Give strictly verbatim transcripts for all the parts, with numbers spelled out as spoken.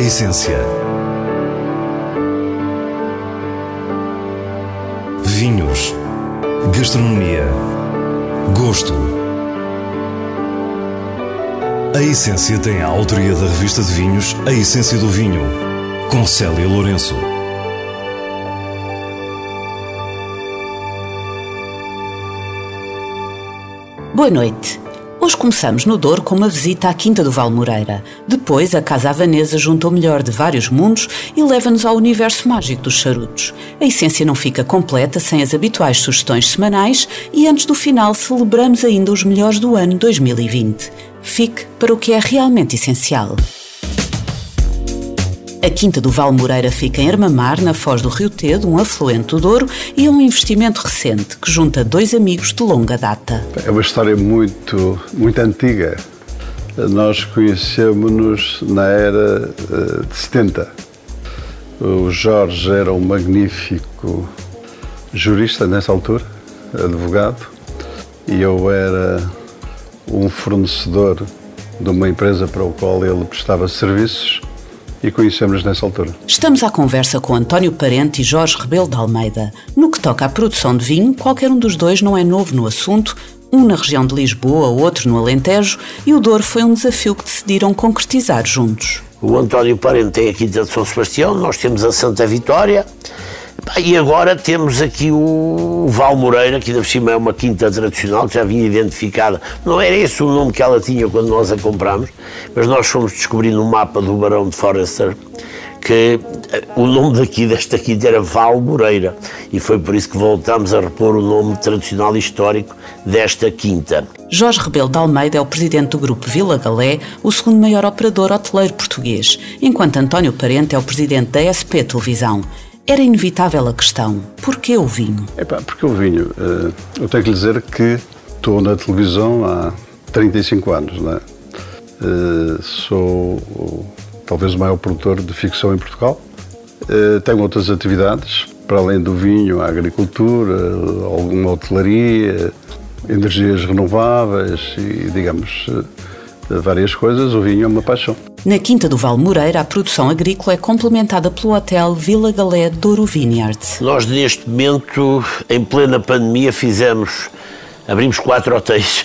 essência. Vinhos. Gastronomia. Gosto. A Essência tem a autoria da revista de vinhos A Essência do Vinho, com Célia Lourenço. Boa noite. Hoje começamos no Douro com uma visita à Quinta do Val Moreira. Depois, a Casa Havanesa junta o melhor de vários mundos e leva-nos ao universo mágico dos charutos. A essência não fica completa sem as habituais sugestões semanais e antes do final celebramos ainda os melhores do ano dois mil e vinte. Fique para o que é realmente essencial. A Quinta do Val Moreira fica em Armamar, na foz do Rio Tedo, um afluente do Douro, e é um investimento recente que junta dois amigos de longa data. É uma história muito, muito antiga. Nós conhecemos-nos na era de setenta. O Jorge era um magnífico jurista nessa altura, advogado, e eu era um fornecedor de uma empresa para a qual ele prestava serviços. E conhecemos nessa altura. Estamos à conversa com António Parente e Jorge Rebelo de Almeida. No que toca à produção de vinho, qualquer um dos dois não é novo no assunto, um na região de Lisboa, outro no Alentejo, e o Douro foi um desafio que decidiram concretizar juntos. O António Parente tem a Quinta de São Sebastião, nós temos a Santa Vitória, e agora temos aqui o Val Moreira, que ainda por cima é uma quinta tradicional, que já vinha identificada. Não era esse o nome que ela tinha quando nós a comprámos, mas nós fomos descobrir no mapa do Barão de Forester que o nome daqui, desta quinta, era Val Moreira, e foi por isso que voltámos a repor o nome tradicional e histórico desta quinta. Jorge Rebelo de Almeida é o presidente do grupo Vila Galé, o segundo maior operador hoteleiro português, enquanto António Parente é o presidente da S P Televisão. Era inevitável a questão: porquê o vinho? Epá, porque o vinho? Eu tenho que lhe dizer que estou na televisão há trinta e cinco anos, não é? Sou talvez o maior produtor de ficção em Portugal. Tenho outras atividades, para além do vinho, a agricultura, alguma hotelaria, energias renováveis e, digamos, várias coisas. O vinho é uma paixão. Na Quinta do Val Moreira, a produção agrícola é complementada pelo hotel Vila Galé Douro Vineyard. Nós, neste momento, em plena pandemia, fizemos, abrimos quatro hotéis.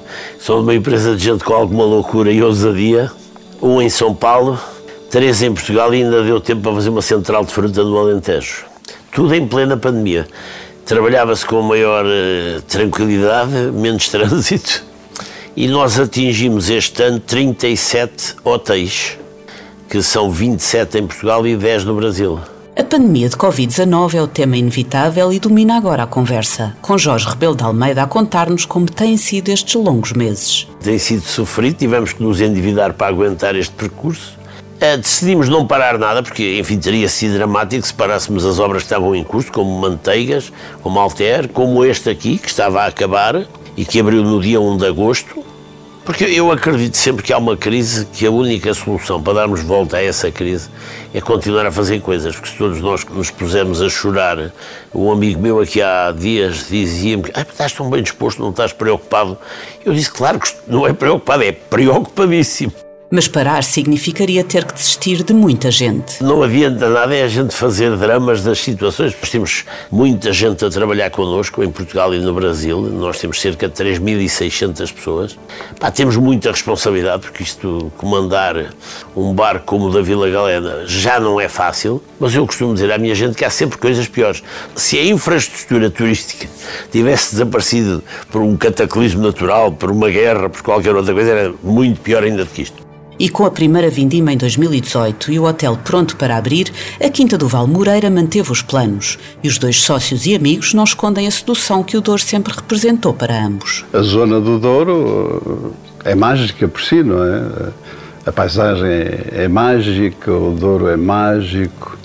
São uma empresa de gente com alguma loucura e ousadia. Um em São Paulo, três em Portugal e ainda deu tempo para fazer uma central de fruta no Alentejo. Tudo em plena pandemia. Trabalhava-se com maior uh, tranquilidade, menos trânsito. E nós atingimos este ano trinta e sete hotéis, que são vinte e sete em Portugal e dez no Brasil. A pandemia de covid dezanove é o tema inevitável e domina agora a conversa, com Jorge Rebelo de Almeida a contar-nos como têm sido estes longos meses. Tem sido sofrido, tivemos que nos endividar para aguentar este percurso. Decidimos não parar nada, porque, enfim, teria sido dramático se parássemos as obras que estavam em curso, como Manteigas, como Alter, como este aqui, que estava a acabar e que abriu no dia um de agosto. Porque eu acredito sempre que há uma crise, que a única solução para darmos volta a essa crise é continuar a fazer coisas, porque se todos nós nos pusemos a chorar, um amigo meu aqui há dias dizia-me que ah, estás tão bem disposto, não estás preocupado. Eu disse, claro que não é preocupado, é preocupadíssimo. Mas parar significaria ter que desistir de muita gente. Não adianta nada, é a gente fazer dramas das situações. Nós temos muita gente a trabalhar connosco em Portugal e no Brasil. Nós temos cerca de três mil e seiscentas pessoas. Pá, temos muita responsabilidade, porque isto, comandar um barco como o da Vila Galé já não é fácil. Mas eu costumo dizer à minha gente que há sempre coisas piores. Se a infraestrutura turística tivesse desaparecido por um cataclismo natural, por uma guerra, por qualquer outra coisa, era muito pior ainda do que isto. E com a primeira vindima em dois mil e dezoito e o hotel pronto para abrir, a Quinta do Val Moreira manteve os planos. E os dois sócios e amigos não escondem a sedução que o Douro sempre representou para ambos. A zona do Douro é mágica por si, não é? A paisagem é, é mágica, o Douro é mágico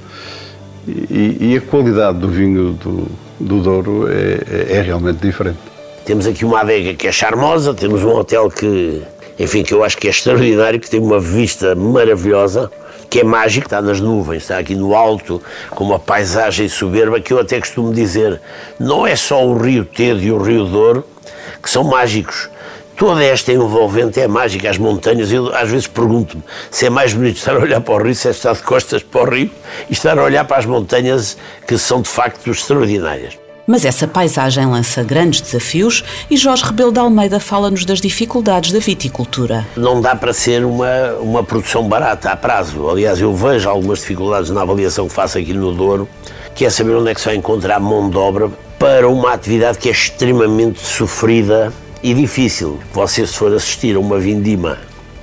e, e a qualidade do vinho do, do Douro é, é realmente diferente. Temos aqui uma adega que é charmosa, temos um hotel que... enfim, que eu acho que é extraordinário, que tem uma vista maravilhosa, que é mágico, está nas nuvens, está aqui no alto, com uma paisagem soberba, que eu até costumo dizer, não é só o Rio Tedo e o Rio Douro que são mágicos. Toda esta envolvente é mágica, as montanhas. Eu às vezes pergunto-me se é mais bonito estar a olhar para o rio, se é estar de costas para o rio, e estar a olhar para as montanhas que são de facto extraordinárias. Mas essa paisagem lança grandes desafios e Jorge Rebelo de Almeida fala-nos das dificuldades da viticultura. Não dá para ser uma, uma produção barata a prazo. Aliás, eu vejo algumas dificuldades na avaliação que faço aqui no Douro, que é saber onde é que se vai encontrar mão de obra para uma atividade que é extremamente sofrida e difícil. Você, se for assistir a uma vindima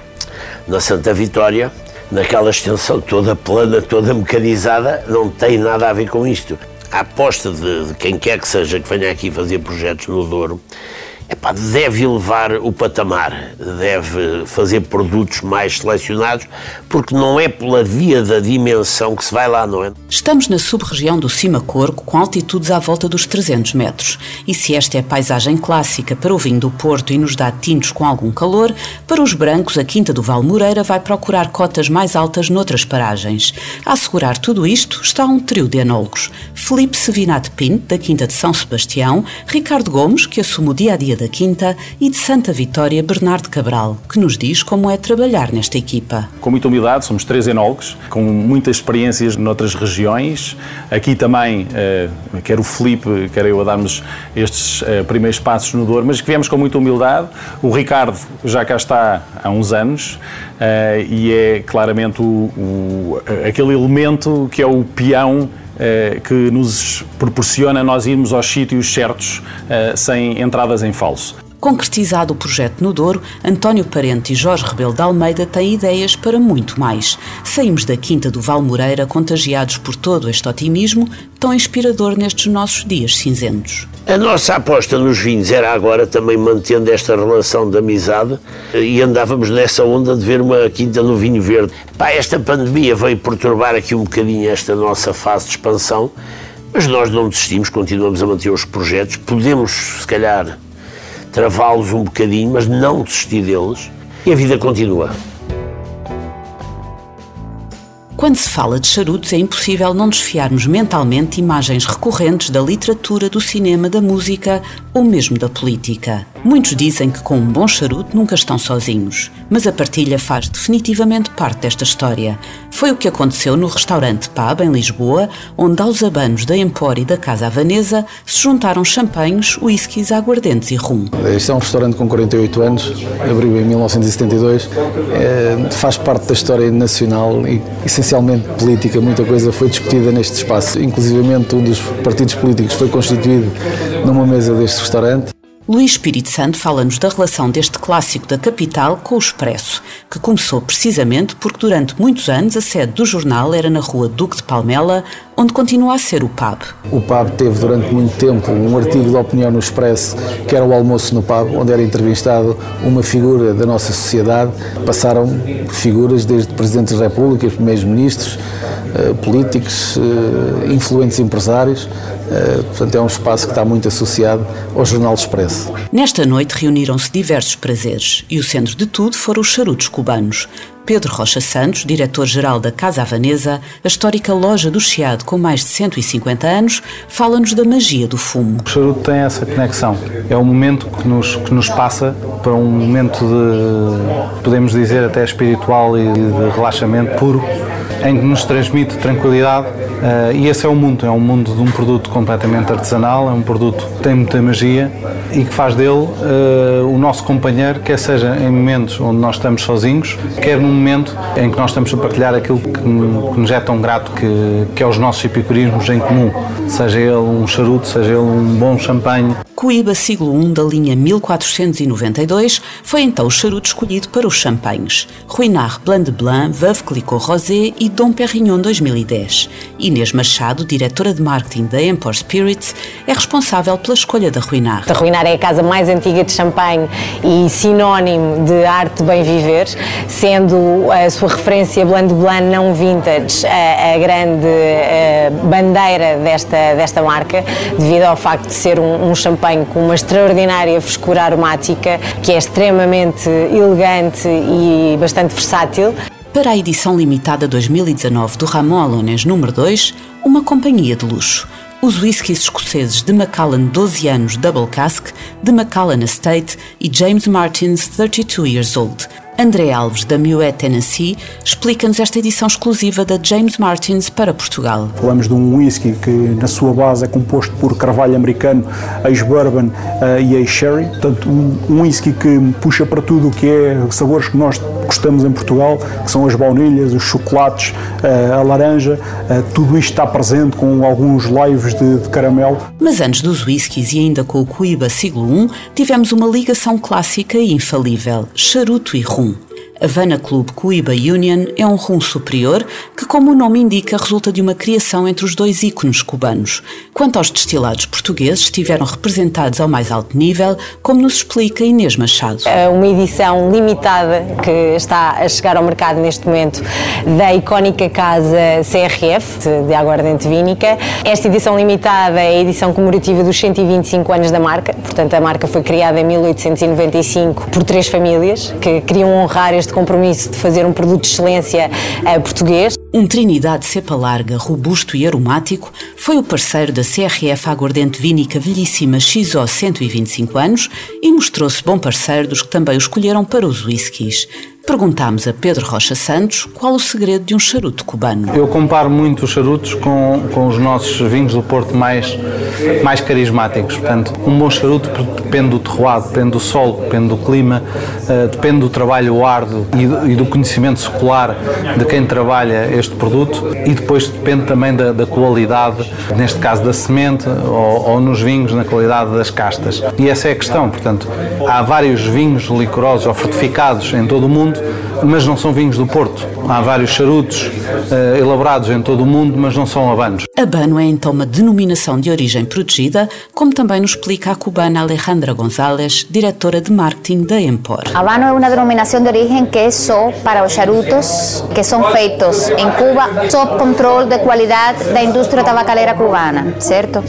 na Santa Vitória, naquela extensão toda plana, toda mecanizada, não tem nada a ver com isto. A aposta de, de quem quer que seja que venha aqui fazer projetos no Douro, epá, deve elevar o patamar, deve fazer produtos mais selecionados, porque não é pela via da dimensão que se vai lá, não é? Estamos na sub-região do Cima Corco, com altitudes à volta dos trezentos metros. E se esta é a paisagem clássica para o vinho do Porto e nos dá tintos com algum calor, para os brancos a Quinta do Val Moreira vai procurar cotas mais altas noutras paragens. A assegurar tudo isto está um trio de enólogos. Filipe Sevinate Pinto, da Quinta de São Sebastião, Ricardo Gomes, que assume o dia-a-dia da Quinta, e de Santa Vitória, Bernardo Cabral, que nos diz como é trabalhar nesta equipa. Com muita humildade, somos três enólogos, com muitas experiências noutras regiões. Aqui também, quer o Filipe, quer eu a darmos estes primeiros passos no Douro, mas que viemos com muita humildade. O Ricardo já cá está há uns anos e é claramente o, o, aquele elemento que é o peão que nos proporciona nós irmos aos sítios certos sem entradas em falso. Concretizado o projeto no Douro, António Parente e Jorge Rebelo de Almeida têm ideias para muito mais. Saímos da Quinta do Val Moreira contagiados por todo este otimismo tão inspirador nestes nossos dias cinzentos. A nossa aposta nos vinhos era agora também mantendo esta relação de amizade e andávamos nessa onda de ver uma quinta no vinho verde. Pá, esta pandemia veio perturbar aqui um bocadinho esta nossa fase de expansão, mas nós não desistimos, continuamos a manter os projetos, podemos, se calhar, travá-los um bocadinho, mas não desistir deles, e a vida continua. Quando se fala de charutos, é impossível não desfiarmos mentalmente imagens recorrentes da literatura, do cinema, da música ou mesmo da política. Muitos dizem que com um bom charuto nunca estão sozinhos, mas a partilha faz definitivamente parte desta história. Foi o que aconteceu no restaurante Pub, em Lisboa, onde aos abanos da Empório e da Casa Havanesa se juntaram champanhes, whiskies, aguardentes e rum. Este é um restaurante com quarenta e oito anos, abriu em mil novecentos e setenta e dois, é, faz parte da história nacional e essencialmente política. Muita coisa foi discutida neste espaço, inclusivamente um dos partidos políticos foi constituído numa mesa deste restaurante. Luís Espírito Santo fala-nos da relação deste clássico da capital com o Expresso, que começou precisamente porque durante muitos anos a sede do jornal era na rua Duque de Palmela, onde continua a ser o Pub. O Pub teve durante muito tempo um artigo de opinião no Expresso, que era o Almoço no Pub, onde era entrevistado uma figura da nossa sociedade. Passaram figuras desde Presidentes da República, Primeiros-Ministros, políticos, influentes empresários. Portanto, é um espaço que está muito associado ao Jornal Expresso. Nesta noite reuniram-se diversos prazeres e o centro de tudo foram os charutos cubanos. Pedro Rocha Santos, diretor-geral da Casa Havanesa, a histórica loja do Chiado com mais de cento e cinquenta anos, fala-nos da magia do fumo. O charuto tem essa conexão. É um momento que nos, que nos passa para um momento de, podemos dizer, até espiritual e de relaxamento puro, em que nos transmite tranquilidade. Uh, e esse é o mundo, é um mundo de um produto completamente artesanal, é um produto que tem muita magia e que faz dele uh, o nosso companheiro, quer seja em momentos onde nós estamos sozinhos, quer num momento em que nós estamos a partilhar aquilo que, que nos é tão grato, que, que é os nossos epicurismos em comum, seja ele um charuto, seja ele um bom champanhe. Coiba siglo um da linha mil quatrocentos e noventa e dois foi então o charuto escolhido para os champanhes. Ruinart Blanc de Blanc, Veuve Clicquot Rosé e Dom Perignon dois mil e dez. Inês Machado, diretora de marketing da Empor Spirits, é responsável pela escolha da Ruinart. A Ruinart é a casa mais antiga de champanhe e sinónimo de arte bem viver, sendo a sua referência Blanc de Blanc não vintage a, a grande a bandeira desta, desta marca, devido ao facto de ser um, um champanhe com uma extraordinária frescura aromática, que é extremamente elegante e bastante versátil. Para a edição limitada dois mil e dezanove do Ramon Alonés número dois, uma companhia de luxo. os whiskies escoceses de Macallan doze anos Double Cask, de Macallan Estate e James Martin's trinta e dois Years Old. André Alves, da Moet Tennessee, explica-nos esta edição exclusiva da James Martin's para Portugal. Falamos de um whisky que, na sua base, é composto por carvalho americano, ex-bourbon uh, e ex-sherry. Portanto, um, um whisky que puxa para tudo o que é sabores que nós gostamos em Portugal, que são as baunilhas, os chocolates, uh, a laranja. Uh, tudo isto está presente com alguns laivos de, de caramelo. Mas antes dos whiskies e ainda com o Coiba Siglo um, tivemos uma ligação clássica e infalível, charuto e rum. Havana Club Coiba Union é um rum superior que, como o nome indica, resulta de uma criação entre os dois ícones cubanos. Quanto aos destilados portugueses, estiveram representados ao mais alto nível, como nos explica Inês Machado. É uma edição limitada que está a chegar ao mercado neste momento da icónica casa C R F, de Aguardente Vínica. Esta edição limitada é a edição comemorativa dos cento e vinte e cinco anos da marca, portanto a marca foi criada em mil oitocentos e noventa e cinco por três famílias que queriam honrar este compromisso de fazer um produto de excelência uh, português. Um Trinidade cepa larga, robusto e aromático, foi o parceiro da C R F Aguardente Vínica Velhíssima X O cento e vinte e cinco anos e mostrou-se bom parceiro dos que também o escolheram para os whiskies. Perguntámos a Pedro Rocha Santos qual o segredo de um charuto cubano. Eu comparo muito os charutos com, com os nossos vinhos do Porto mais, mais carismáticos. Portanto, um bom charuto depende do terroir, depende do solo, depende do clima, uh, depende do trabalho árduo e do, e do conhecimento secular de quem trabalha este produto e depois depende também da, da qualidade, neste caso da semente ou, ou nos vinhos, na qualidade das castas. E essa é a questão. Portanto, há vários vinhos licorosos ou fortificados em todo o mundo, mas não são vinhos do Porto. Há vários charutos uh, elaborados em todo o mundo, mas não são habanos. Habano é então uma denominação de origem protegida, como também nos explica a cubana Alejandra González, diretora de marketing da Empor. Habano é uma denominação de origem que é só para os charutos que são feitos em Cuba, sob controle de qualidade da indústria tabacalera cubana, certo?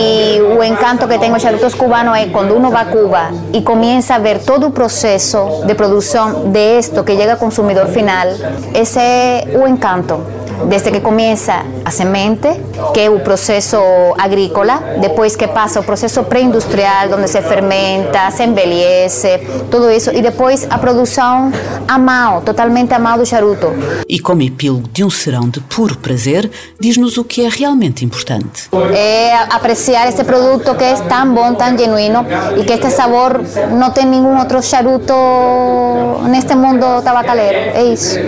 E o encanto que tem os charutos cubanos é quando uno vai a Cuba e começa a ver todo o processo de produção de esto que chega ao consumidor final. Esse é o encanto. Desde que começa a semente, que é o processo agrícola, depois que passa o processo pré-industrial, onde se fermenta, se envelhece, tudo isso, e depois a produção a mão, totalmente a mão do charuto. E como epílogo de um serão de puro prazer, diz-nos o que é realmente importante. É apreciar este produto que é tão bom, tão genuíno, e que este sabor não tem nenhum outro charuto neste mundo tabacalero. É isso.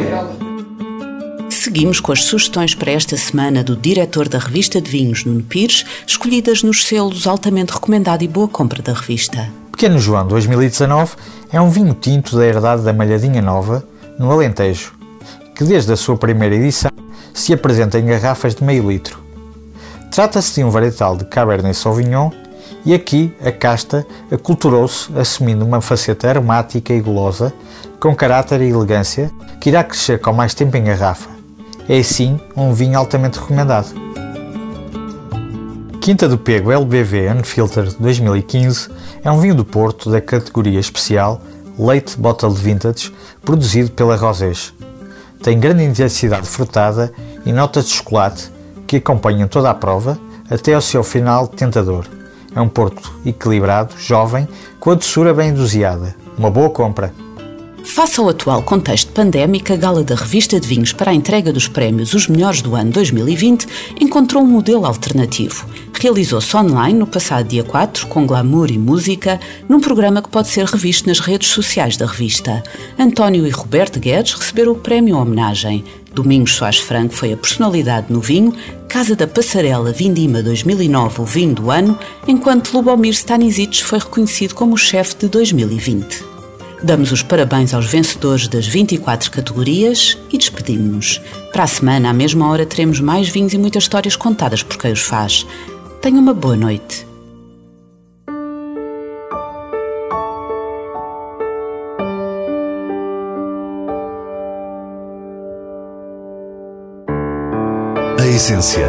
Seguimos com as sugestões para esta semana do diretor da revista de vinhos, Nuno Pires, escolhidas nos selos altamente recomendado e boa compra da revista. Pequeno João dois mil e dezanove é um vinho tinto da herdade da Malhadinha Nova, no Alentejo, que desde a sua primeira edição se apresenta em garrafas de meio litro. Trata-se de um varietal de Cabernet Sauvignon e aqui a casta aculturou-se assumindo uma faceta aromática e golosa, com caráter e elegância, que irá crescer com mais tempo em garrafa. É assim um vinho altamente recomendado. Quinta do Pego L B V Unfiltered dois mil e quinze é um vinho do Porto da categoria especial Late Bottled Vintage, produzido pela Rosés. Tem grande intensidade frutada e notas de chocolate que acompanham toda a prova até ao seu final tentador. É um Porto equilibrado, jovem, com a doçura bem doseada. Uma boa compra. Face ao atual contexto pandémico, a Gala da Revista de Vinhos para a entrega dos prémios Os Melhores do Ano dois mil e vinte encontrou um modelo alternativo. Realizou-se online no passado dia quatro, com glamour e música, num programa que pode ser revisto nas redes sociais da revista. António e Roberto Guedes receberam o prémio em homenagem. Domingos Soares Franco foi a personalidade no vinho, Casa da Passarela Vindima dois mil e nove o vinho do ano, enquanto Lubomir Stanisic foi reconhecido como o chefe de dois mil e vinte. Damos os parabéns aos vencedores das vinte e quatro categorias e despedimos-nos. Para a semana, à mesma hora, teremos mais vinhos e muitas histórias contadas por quem os faz. Tenha uma boa noite. A essência.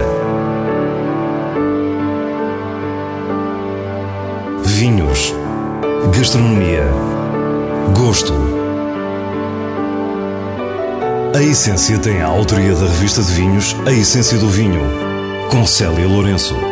Vinhos. Gastronomia. Gosto. A Essência tem a autoria da revista de vinhos A Essência do Vinho, com Célia Lourenço.